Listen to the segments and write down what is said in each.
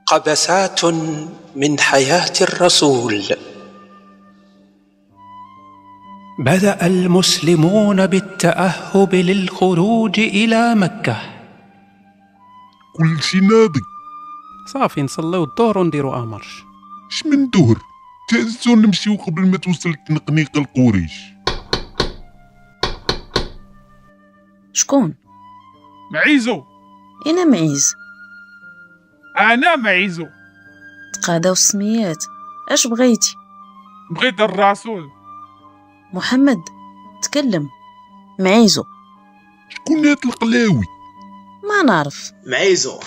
قبسات من حياة الرسول. بدأ المسلمون بالتأهب للخروج إلى مكة. كل شي ناضي. صافي نصليو الظهر ونديرو امرش. اش من دهر؟ تهزو نمشيو قبل ما توصل التنقنيقه لقريش. شكون؟ معيزو. انا معيز. انا معيزو. تقاداو السميات. اش بغيتي؟ بغيت الرسول. محمد تكلم. معيزو. شكون هاد القلاوي؟ ما نعرف. معيزو.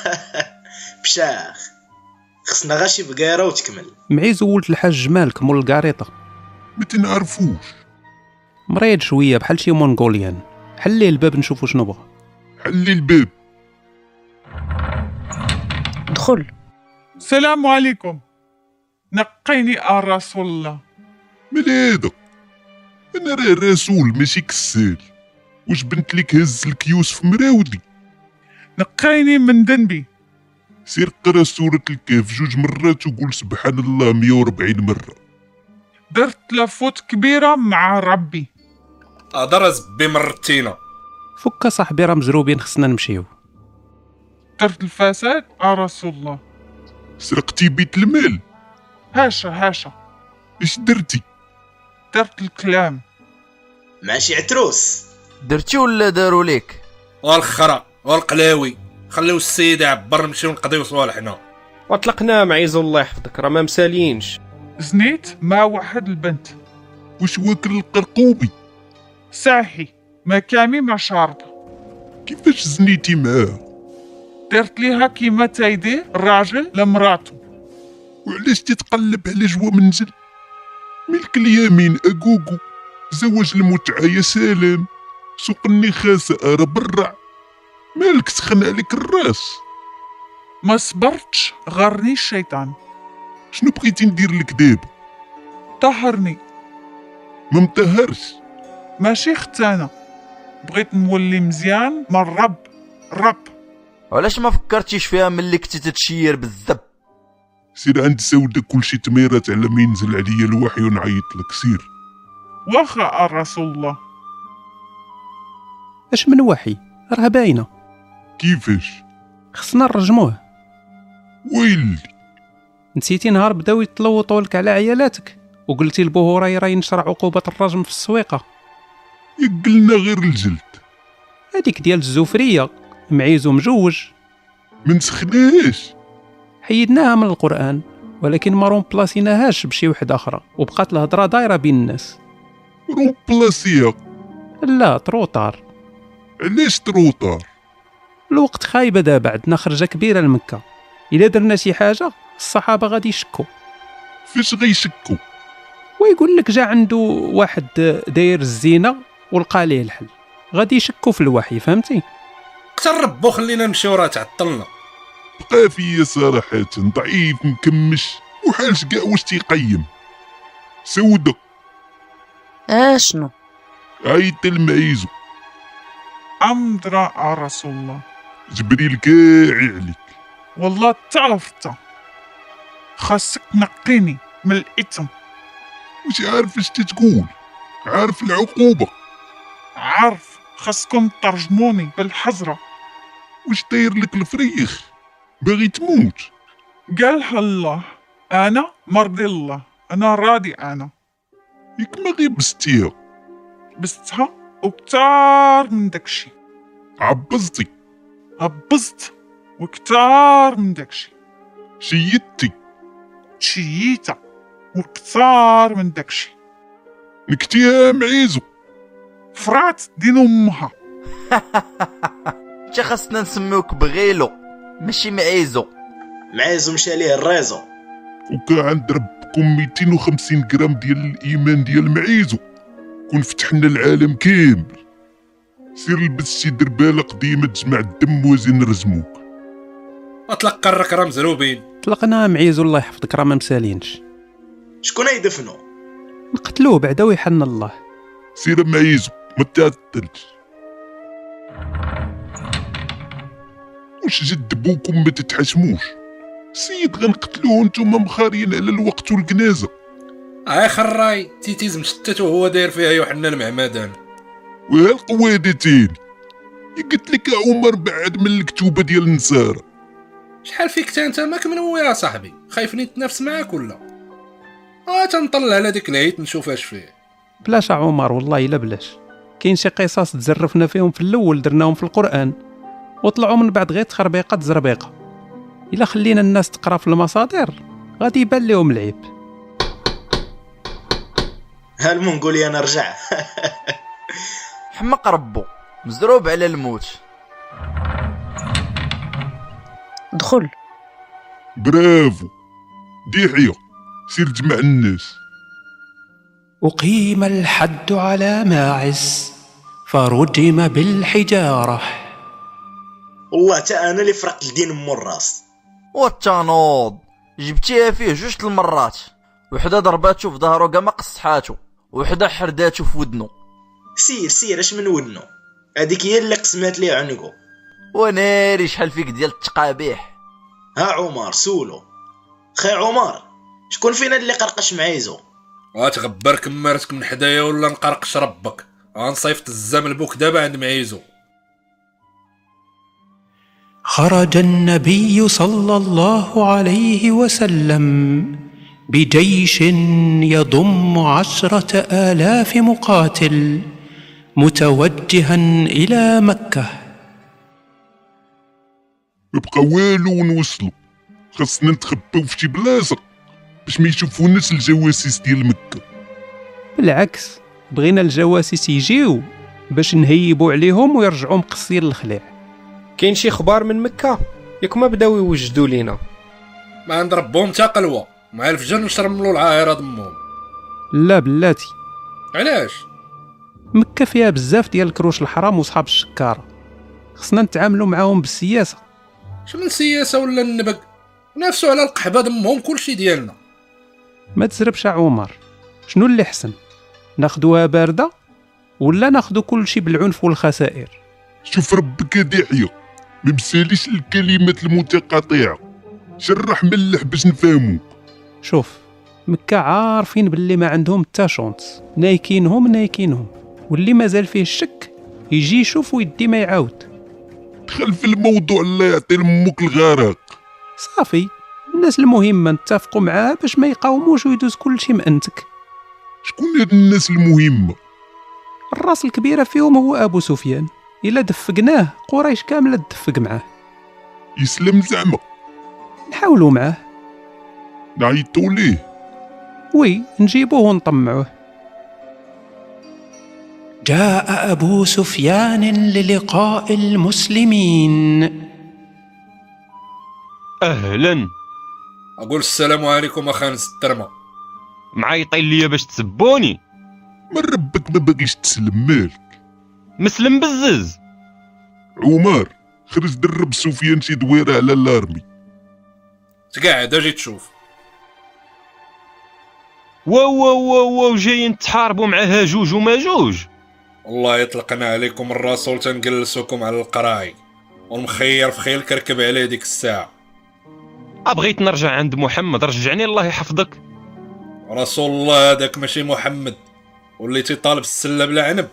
بشاخ خصنا غاشي بقيره وتكمل. معيزو ولد الحاج مالك مول القريطه. ما تنعرفوش. مريض شويه بحال شي مونغوليان. حلي الباب نشوفو شنو بغا. حلي الباب. دخل. السلام عليكم. نقيني الرسول الله. مال هذا؟ انا راه رسول ماشي كسال. واش بنت لك هز لك يوسف مراودي؟ نقيني من ذنبي. سير قرا سورة الكهف 2 مرات وقول سبحان الله 140 مرة. درت لفوت كبيرة مع ربي. درز بمرتينا. فك صاحبي راه مزروبين خصنا نمشيو. درت الفساد رسول الله. سرقتي بيت المال؟ هاشا. اش درتي؟ درت الكلام. ماشي عتروس. درتي ولا داروا ليك؟ والخرا والقلاوي خليو السيد يعبر نمشيو نقضيو صوالحنا. وطلقنا معيز الله يحفظك راه ما مسالينش. زنيت مع واحد البنت. واش واكل القرقوبي؟ ساحي ما كامي ما شارب. كيفاش زنيتي معاه؟ درت ليها كيما تايدير الراجل لمراتو. وعلاش تتقلب على جوا منزل؟ ملك اليمين اكوكو. زواج المتعة يا سلام. سوق النخاسة برع. مالك سخن عليك الراس؟ ما صبرتش غرني الشيطان. شنو بغيتي ندير لك دابا؟ طهرني. ما مطهرش. ماشي ختانة. بغيت نولي مزيان من الرب. وعلاش ما فكرتيش فيها ملي كنتي تتشير بالذب؟ سير عند سودة كلشي تميرات على ما ينزل عليا الوحي ونعيط لك. سير. واخا الرسول الله. اش من وحي؟ راه باينه. كيفاش؟ خصنا نرجموه. ويلي نسيتي نهار بداو يتلوطوا لك على عيالاتك وقلتي لبو هريره ينشر عقوبه الرجم في السويقه. يقلنا غير الجلد. هذيك ديال الزفريه معيزو مجوج. ما نسخناهاش. حيدناها من القران ولكن ما رومبلاسيناهاش بشي وحده اخرى وبقات الهضره دايره بين الناس. رومبلاسيها؟ لا تروطار. علاش تروطار؟ الوقت خايبه دابا عندنا خرجه كبيره لمكه. الا درنا شي حاجه الصحابه غادي يشكوا. فاش غيشكوا؟ ويقول لك جا عنده واحد داير الزينه ولقى ليه الحل. غادي يشكوا في الوحي. فهمتي؟ تربو خلينا نمشيو راه تعطلنا. بقى فيا صراحه ضعيف مكمش وحالش كاع واش تيقيم. سودة شنو؟ عيط المعيزو. أمدرا رسول الله. جبريل كاعي عليك. والله تعرفت. خاصك نقيني من الإثم. واش عارف اش تتقول؟ عارف العقوبة؟ عارف. خاصكم ترجموني بالحزرة. واش طاير لك الفريخ؟ باغي تموت؟ قالها الله. أنا مرضي الله. أنا راضي. أنا ياك ما غير بستيها. بستها وكتار من داكشي. عبزتي؟ عبزت وكتار من داكشي. شيدتي؟ شييتا وكتار من داكشي. نكتيها معيزو. فرات دين امها. تا خاصنا نسميوك بغيلو ماشي معيزو. معيزو مشى ليه الريزو. وكان عند ربكم 250 غرام ديال الايمان ديال معيزو كون فتحنا العالم كامل. سير لبس شي درباله قديمه تجمع الدم وزين نرجموك. اطلق قرك راه مزروبين. طلقنا معيزو الله يحفظك راه ما مسالينش. شكون يدفنو؟ نقتلوه بعدا ويحن الله. سير معيزو ما تعطلش. واش جد بوكم ما تتحشموش؟ سيد غنقتلوه نتوما مخارين على الوقت والكنازه. خراي تيتيز مشتت وهو داير فيها يوحنا المعمدان. والقواده تاني قلت لك يا عمر بعد من الكتوبه ديال النصارى. شحال فيك انت ماك منوي يا صاحبي؟ خايف نتنافس معاك ولا؟ تنطلع على ديك العيد نشوف اش فيه. بلاش عمر والله الا بلاش. كاين شي قصص تزرفنا فيهم في الاول درناهم في القرآن وطلعوا من بعد غير تخربيقه زربيقه. الا خلينا الناس تقرا في المصادر غادي يبان لهم العيب. هل نقول انا نرجع؟ حمق ربو مزروب على الموت. دخل. برافو دحية، سير جمع الناس. أقيم الحد على ماعز فرجم بالحجارة. والله تا انا اللي فرقت الدين مو الراس. والتنوض جبتيها فيه جوج المرات، وحده ضرباتو في ظهرو كاع ما قصحاتو، وحده حرداتو في ودنو. سير اش من ودنو؟ هذيك هي اللي قسمات ليه عنقو. وناري شحال فيك ديال التقابيح. ها عمر سولو. خي عمر شكون فينا اللي قرقش معيزو؟ تغبر كمارتك من حدايا ولا نقرقش ربك. غنصيفط الزام البوك دابا عند معيزو. خرج النبي صلى الله عليه وسلم بجيش يضم 10,000 مقاتل متوجها إلى مكة. مبقى والو ونوصلو، خاصنا نتخباو في شي بلاصه باش ما يشوفوناش الجواسيس ديال مكة. بالعكس بغينا الجواسيس يجيو باش نهيبوا عليهم ويرجعوا مقصين الخليع. كاين شي اخبار من مكه؟ ياك ما بداو يوجدوا لينا؟ ما عند ربهم تا قلوه مع الفجر نشرملو العاهره دمهم. لا بلاتي. علاش؟ مكة فيها بزاف ديال الكروش الحرام وصحاب الشكارة، خصنا نتعاملوا معاهم بالسياسة. شنو السياسة ولا النبق؟ نافسوا على القحبة دمهم كلشي ديالنا. ما تزربش عمر، شنو اللي حسن؟ ناخدوها باردة ولا ناخدو كلشي بالعنف والخسائر؟ شوف ربك دحية، ما بساليش الكلمات المتقاطعة، شرح ملح باش نفهمو. شوف مكة عارفين باللي ما عندهم تا شونس، نايكينهم، واللي مازال فيه الشك يجي يشوف ويدي ما يعاود. دخل في الموضوع الله يعطي لمك الغرق. صافي الناس المهمة نتفقوا معاها باش ما يقاوموش ويدوز كلشي مأنتك. شكون هاد الناس المهمة؟ الراس الكبيرة فيهم هو أبو سفيان، إلا دفقناه قريش كاملة تدفق معاه. يسلم زعما؟ نحاولوا معاه. نعيطوا ليه؟ وي نجيبوه ونطمعوه. جاء أبو سفيان للقاء المسلمين. أهلا. أقول السلام عليكم أخانز الترمى. معيطين ليا باش تسبوني؟ من ربك ما باغيش تسلم مالك؟ مسلم بزز. عمر خرج درب سفيان شي دويرة على الارمي. تقعد اجي تشوف. واو جايين تحاربوا مع هاجوج وماجوج. الله يطلقنا عليكم الرسول تنجلسوكم على القراعي والمخير في خيل كركب عليه ديك الساعة. بغيت نرجع عند محمد، رجعني الله يحفظك. رسول الله هذاك ماشي محمد واللي تيطالب السلة بلا عنب.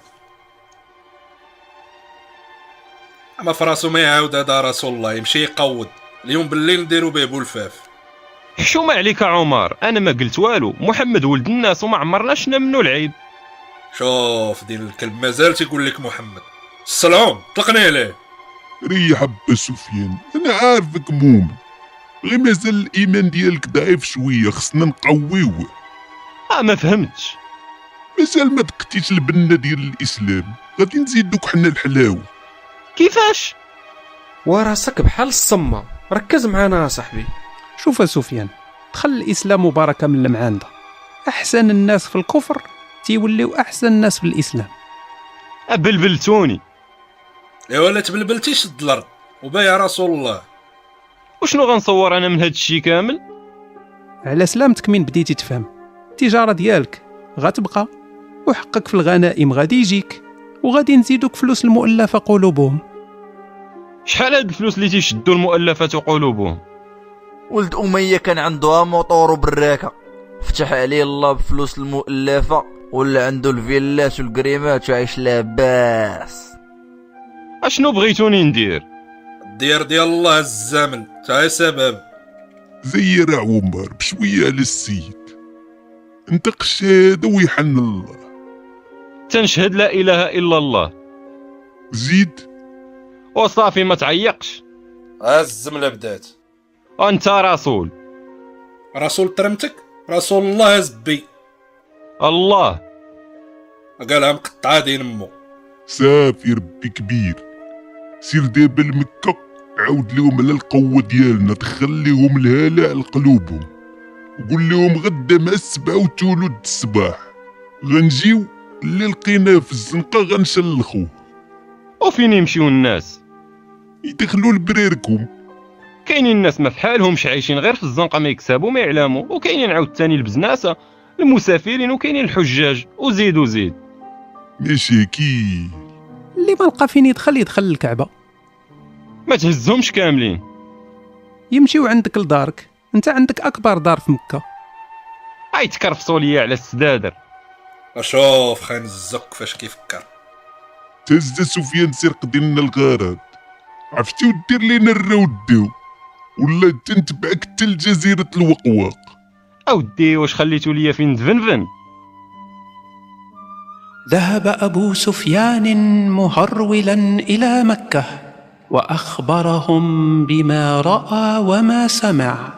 اما فراسو ما يعاود هذا رسول الله يمشي يقود. اليوم بالليل نديرو به بولفاف. حشومة عليك عمر، انا ما قلت والو، محمد ولد الناس وما عمرناش نمنو العيب. شوف ديال الكلب مازال تيقول لك محمد. السلام طلقني عليه. ريح ابا سفيان، انا عارفك مومن، غير مازال الايمان ديالك ضعيف شويه، خصنا نقويوه. ما فهمتش. مازال ما دقتيش البنه ديال الاسلام، غادي نزيدوك حنا الحلاوه. كيفاش؟ وراسك بحال الصمه، ركز معانا يا صاحبي. شوف سفيان، دخل الاسلام وبركه من المعانده. احسن الناس في الكفر تيوليو احسن الناس في الاسلام. بلبلتوني. يا ولا تبلبلتيش الارض وبايع رسول الله. وشنو غنصور انا من هاد الشيء كامل؟ على سلامتك من بديتي تفهم. التجاره ديالك غتبقى، وحقك في الغنائم غادي يجيك، وغادي نزيدوك فلوس المؤلفه قلوبهم. شحال هاد الفلوس اللي تيشدوا المؤلفات وقلوبهم؟ ولد أمية كان عندها موطور وبراكة، فتح عليه الله بفلوس المؤلفة، ولا عنده الفيلات والكريمات وعايش لاباس. اشنو بغيتوني ندير؟ دير ديال الله الزمن تا سبب. زير عمر بشوية على السيد، انت قشاد ويحن الله. تنشهد لا اله الا الله. زيد وصافي ما تعيقش. الزمله بدات. انت رسول. رسول ترمتك؟ رسول الله زبي. الله قالها مقطعه دين امو. صافي ربي كبير. سير دابا لمكة، عاود لهم على القوة ديالنا، دخل لهم الهالة على قلوبهم، وقول لهم غدا مع 7 وتولد الصباح غنجيو، اللي لقيناه في الزنقة غنشلخوه. وفين يمشيو الناس؟ يدخلوا لبريركم. كاينين الناس ما فحالهمش عايشين غير في الزنقة، ما يكسبوا ما يعلموا، وكاينين عاود تاني البزناسة المسافرين، وكاينين الحجاج، وزيد وزيد. مشاكل. اللي ما لقى فين يدخل الكعبة. ما تهزهمش كاملين. يمشيو عندك لدارك، انت عندك اكبر دار في مكة. هاي تكرفصوا ليا على السدادر. شوف خاين الزق فاش كيفكر. تهز سفيان سرق ديالنا الغرض، عرفتي ودير لينا الرودو، ولا تنتبعك حتى لجزيرة الوقواق. اودي واش خليتو ليا فين دفنفن؟ ذهب أبو سفيان مهرولا إلى مكة وأخبرهم بما رأى وما سمع.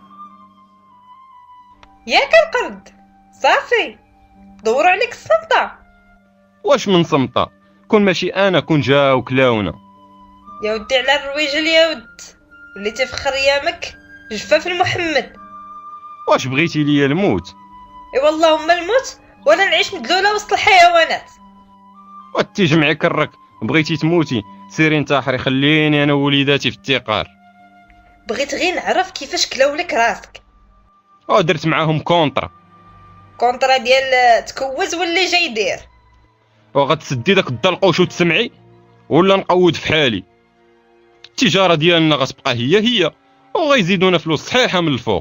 ياك القرد صافي دوروا عليك السلطة. واش من صمتة؟ كون ماشي انا كون جا وكلاونا. يا ودي على الرويجل يا ود، وليتي فخر يامك جفاف المحمد. واش بغيتي ليا الموت؟ اي والله هما الموت ولا نعيش مدلولة وسط الحيوانات. واتي جمعي كرك، بغيتي تموتي سيري انتحري، خليني انا ووليداتي في التقار. بغيت غير نعرف كيفاش كلاولك راسك. درت معاهم كونطرا ديال تكوز واللي جاي دير. وغتسدي داك الدلقوش وتسمعي ولا نقود في حالي. التجاره ديالنا غتبقى هي وغيزيدونا فلوس صحيحه من الفوق.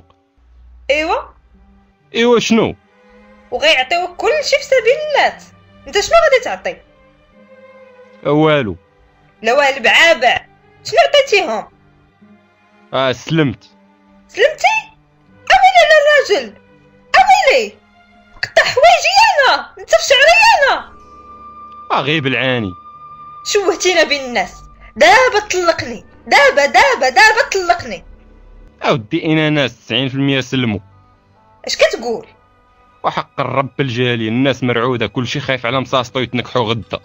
ايوا شنو؟ وغيعطيوك كل شيء في سبيل الله. انت شنو غادي تعطي؟ والو. لا والو بعابع. شنو عطيتيهم؟ سلمتي؟ اويلي على الراجل، اويلي قطع حوايجي انا، انت في شعري انا. غيب العاني. شوهتينا بين الناس. دابا طلقني، دابا طلقني. اودي انا ناس 90% سلموا. اش كتقول؟ وحق الرب الجالي الناس مرعوده، كلشي خايف على مصاصطو يتنكحوا غدا.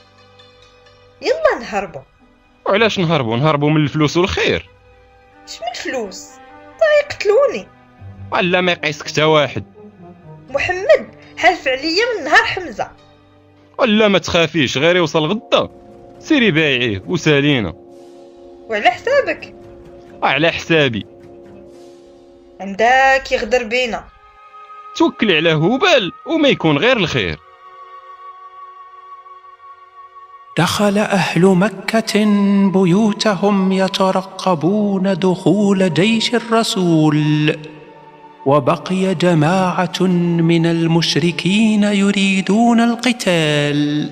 يلا نهربوا. وعلاش نهربوا من الفلوس والخير؟ اش من الفلوس؟ يقتلوني. ولا ما يقيسك حتى واحد. محمد حلف عليا من نهار حمزه. ولا ما تخافيش، غير يوصل غدا سيري بايعيه وسالينا. وعلى حسابك؟ على حسابي. عندك يغدر بينا. توكلي على هبال وما يكون غير الخير. دخل أهل مكة بيوتهم يترقبون دخول جيش الرسول، وبقي جماعة من المشركين يريدون القتال.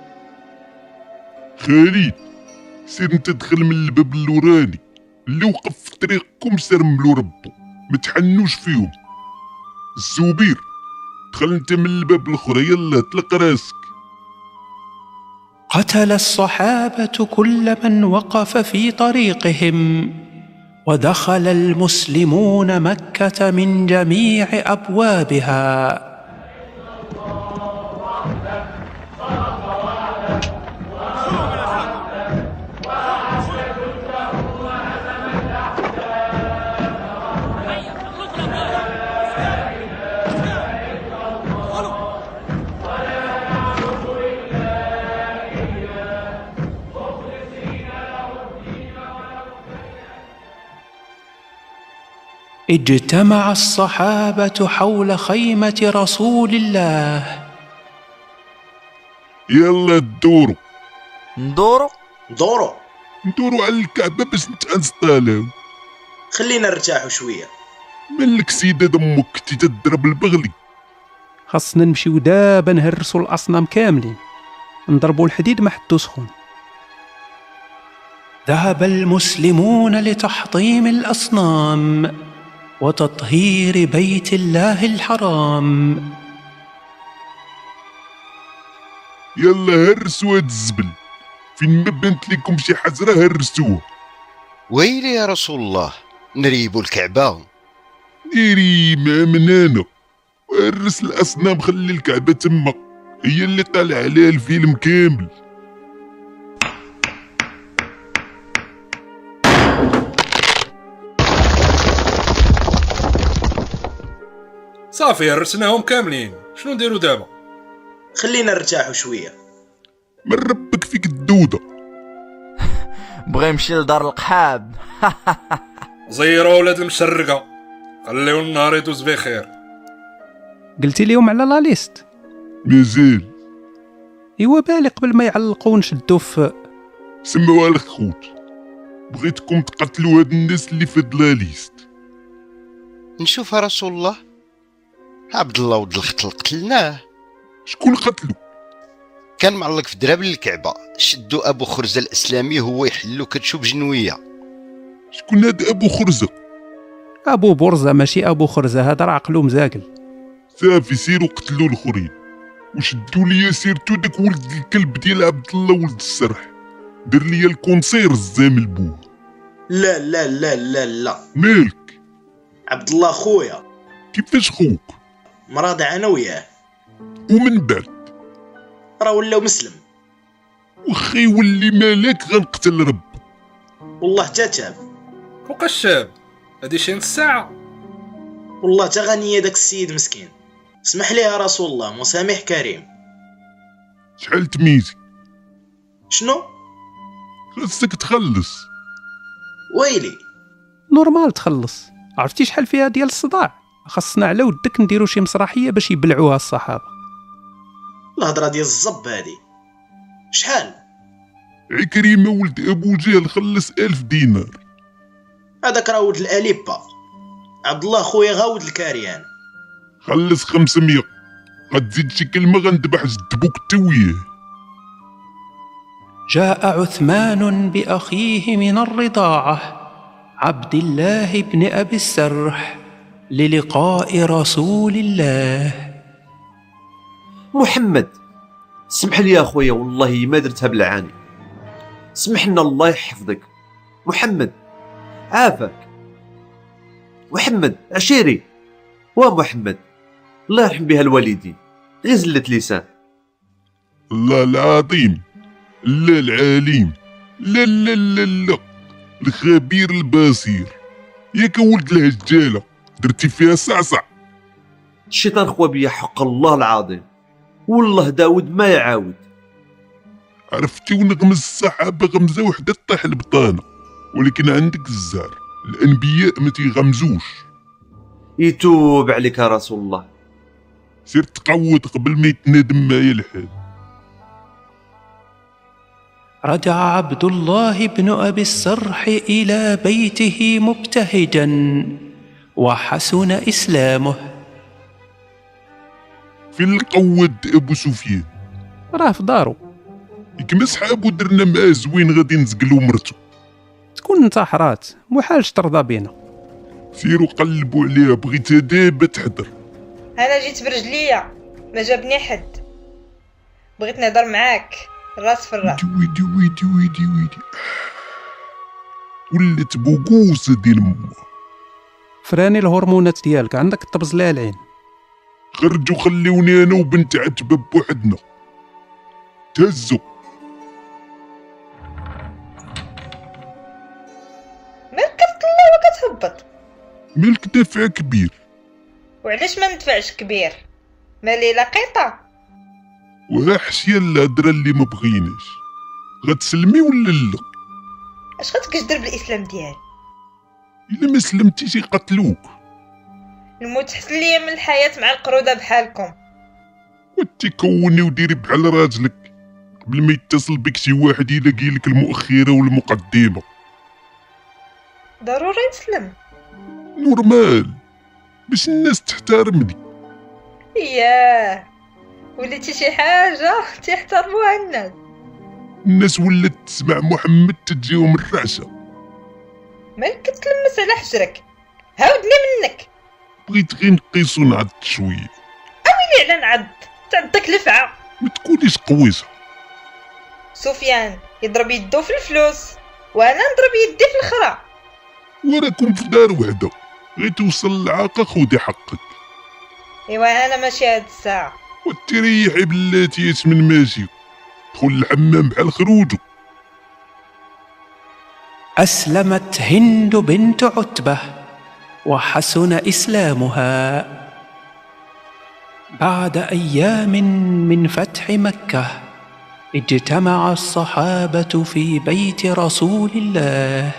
خالد سير انت دخل من الباب اللوراني، اللي وقف في طريقكم سرملو ربو، ما تحنوش فيهم. الزبير دخل انت من الباب الاخر، يلا اطلق راسك. قتل الصحابة كل من وقف في طريقهم، ودخل المسلمون مكة من جميع أبوابها. اجتمع الصحابة حول خيمة رسول الله. يلا ندورو على الكعبة باش نتعنسطالو. خلينا نرتاحوا شويه. مالك سيدة دمك كنتي تضرب البغلي. خاصنا نمشيو دابا نهرسوا الاصنام كاملين، نضربوا الحديد ما حدو سخون. ذهب المسلمون لتحطيم الأصنام وتطهير بيت الله الحرام. يلا هرسوا هاد الزبل، فين ما بانت لكم شي حجرة هرسوها. ويلي يا رسول الله، نريبوا الكعبة. ديري مع منانا وهرس الأصنام، خلي الكعبة تما، هي اللي طالع عليها الفيلم كامل. صافي هرسناهم كاملين، شنو نديرو دابا؟ خلينا نرتاحوا شويه. من ربك فيك الدودة. بغى يمشي لدار القحاب. زيروا ولاد المشرقه، خليو النهار يدوز بخير. قلتي ليهم على لا ليست؟ مازال. ايوا بالي قبل ما يعلقوا نشدو في سمعوا على خوت، بغيتكم تقتلوا هاد الناس اللي في لا ليست. نشوفها رسول الله، عبد الله ولد الختل قتلناه. شكون قتلو؟ كان معلق في دراب الكعبة، شدوا ابو خرزة الاسلامي هو يحلو كتشو بجنوية. شكون هاد ابو خرزة؟ ابو برزة ماشي ابو خرزة، هذا راه عقلو مزاقل. صافي سيروا قتلوا الاخرين وشدوا ليا سيرتو داك ولد الكلب ديال عبد الله ولد السرح، دار ليا الكونسير الزامل بوه. لا لا لا لا لا. مالك؟ عبد الله خويا. كيفاش خوك؟ مراضع انا وياه. ومن بعد؟ راه ولاو مسلم. وخا يولي مالك غنقتل رب. والله تا تاب. فوقاش شاب؟ هادي شي نص ساعه. والله تا غنيه داك السيد مسكين. اسمح لي يا رسول الله، مسامح كريم. شحال تميزي؟ شنو؟ خاصك تخلص. ويلي نورمال تخلص، عرفتي شحال فيها ديال الصداع؟ خاصنا على ودك نديرو شي مسرحيه باش يبلعوها الصحابه. الهضره ديال الزب هادي شحال؟ عكريمه ولد ابو جهل خلص 1000 دينار. هذاك راه ولد الاليبا. عبد الله خويا غاود الكاريان. خلص 500. غتزيد شي كلمه غندبح جدبوك تويه. جاء عثمان بأخيه من الرضاعة عبد الله بن أبي السرح للقاء رسول الله. محمد، سمح لي يا خويا، والله ما درتها بالعاني، سمح لنا الله يحفظك. محمد عافاك. محمد عشيري، ومحمد الله يرحم بها الوالدين، غير زلة لسان. الله العظيم، لا العليم، لا لا لا لا الخبير البصير. ياك ولد الهجاله درتي فيها صعصع. الشيطان خوا بيا حق الله العظيم، والله داود ما يعاود. عرفتي ونغمز الصحابه غمزه وحده طيح البطانه، ولكن عندك الزهر، الانبياء ما تيغمزوش. يتوب عليك يا رسول الله. سير تقود قبل ما يتنادم معايا الحال. رجع عبد الله بن أبي السرح إلى بيته مبتهجا وحسن إسلامه. فين القود ابو سفيان؟ راه في دارو. كما صحابو درنا معاه زوين غادي نزقلو مرتو. تكون انتحرات، محالش ترضى بينا. سيروا قلبوا عليها، بغيتها دابا تحضر. انا جيت برجليا، ما جابني حد، بغيت نهضر معاك الراس في الراس. ويدي ويدي ويدي ويدي ولات بوقوسه ديال ماما. فراني الهرمونات ديالك، عندك الطبز لا العين. خرجوا خليوني انا وبنت عتبه بوحدنا. تهزوا. مالك كتطلع وكتهبط؟ مالك دافع كبير. وعلاش ما ندفعش كبير؟ مالي لقيطه. وها حشيه الهضره اللي ما بغيناش. غتسلمي ولا لا؟ اش غتكجدر بالاسلام ديالي؟ الا ما سلمتيش يقتلوك. الموت حسن ليا من الحياه مع القروده بحالكم. وانتي كوني وديري بحال راجلك قبل ما يتصل بك شي واحد يلاقي لك المؤخره والمقدمه. ضروري نسلم. نورمال باش الناس تحترمني. ياه وليتي شي حاجه تيحترموها الناس ولات تسمع محمد تجيهم الرعشه. مالك كتلمس على حجرك؟ هاود لي منك. بغيت غير نقيس ونعض شويه. اويلي على نعض تعضك لفعه. ما تكونيش قويصه. سفيان يضرب يدو في الفلوس وانا نضرب يدي في الخرا. وراكم في دار وحده، غير توصل العاقه خودي حقك. ايوا انا ماشي هاد الساعه. وتريحي بلاتي ياس من ماشي، دخل الحمام بحال خروجو. أسلمت هند بنت عتبة وحسن إسلامها. بعد أيام من فتح مكة اجتمع الصحابة في بيت رسول الله.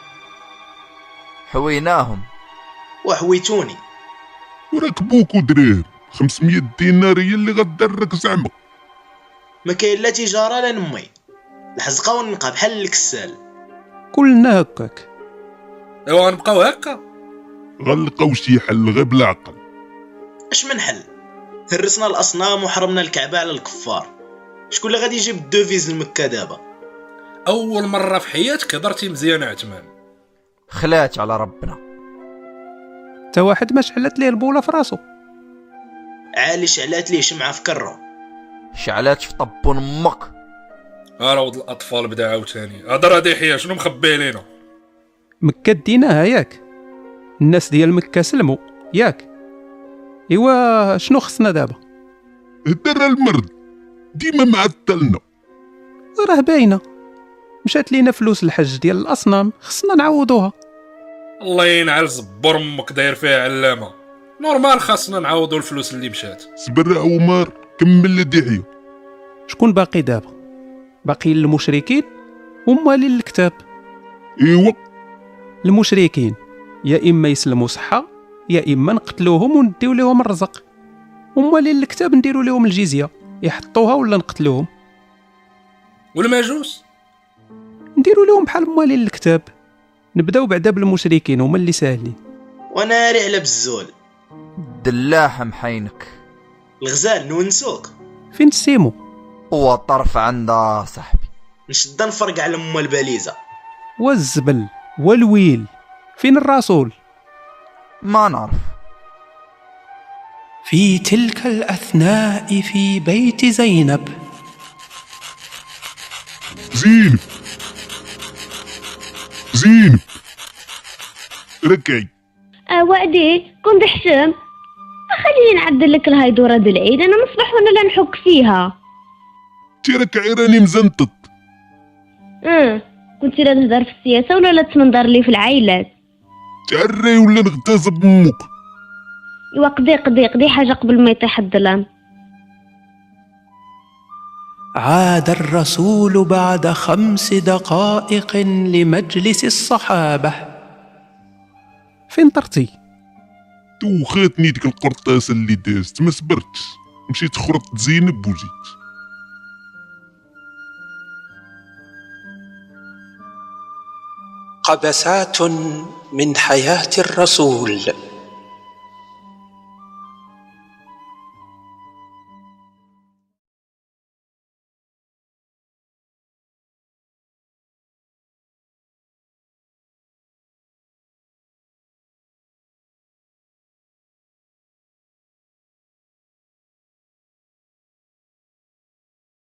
حويناهم وحويتوني. وركبوكو دراهم 500 دينار هي اللي غدرك زعما. ما كاين لا تجاره لا نمي، الحزقه والنقا بحال الكسال. كلنا هكاك. ايوا غنبقاو هكا. غنلقاو شي حل غير بالعقل. اش من حل؟ هرسنا الاصنام وحرمنا الكعبه على الكفار. شكون اللي غادي يجيب الدوفيز لمكه دابا؟ اول مره في حياتك هضرتي مزيان عثمان. خلات على ربنا. تا واحد ما شعلت ليه البوله في راسو. عالي شعلات ليه شمعه في كرو. شعلات في طبون امك. روض الاطفال بدا عاوتاني. هضر هادي حياه شنو مخبي علينا؟ مكة ديناها ياك، الناس ديال مكة سلموا ياك. ايوا شنو خصنا دابا؟ هدر المرض ديما معطلنا. راه باينه، مشات لينا فلوس الحج ديال الاصنام خصنا نعوضوها. الله ينعل زبور امك داير فيها علامه. نورمال خاصنا نعوضوا الفلوس اللي مشات. صبر عمر كمل دحيه. شكون باقي دابا؟ باقيين المشركين وموالين الكتاب. ايوا المشركين يا اما يسلموا صحه يا اما نقتلوهم ونديو لهم الرزق، وموالين الكتاب نديروا لهم الجزيه يحطوها ولا نقتلوهم. والمجوس نديروا لهم بحال موالين الكتاب. نبداو بعدا بالمشركين هما اللي ساهلين. وناري على بزول دلاح محينك. الغزال نونسوك. فين السيمو؟ هو طرف عندها صاحبي. نشد نفرق على ام الباليزه. والزبل والويل. فين الرسول؟ ما نعرف. في تلك الأثناء في بيت زينب. زينب ركعي. وعدي كون بحشم. خليني نعدل لك الهيدوره د العيد. انا نصبح وانا لا نحك فيها. تركعي راني مزنطط. كنتي لا تهضر في السياسه ولا لا تمنظر لي في العائلات. تعري ولا نغتصب امك. ايوا قضي حاجه قبل ما يطيح الظلام. عاد الرسول بعد 5 دقائق لمجلس الصحابة. فين طرتي؟ توخاتني ديك القرطاسه اللي دازت، ما صبرتش مشيت خرطت زينب وجيت. قبسات من حياة الرسول.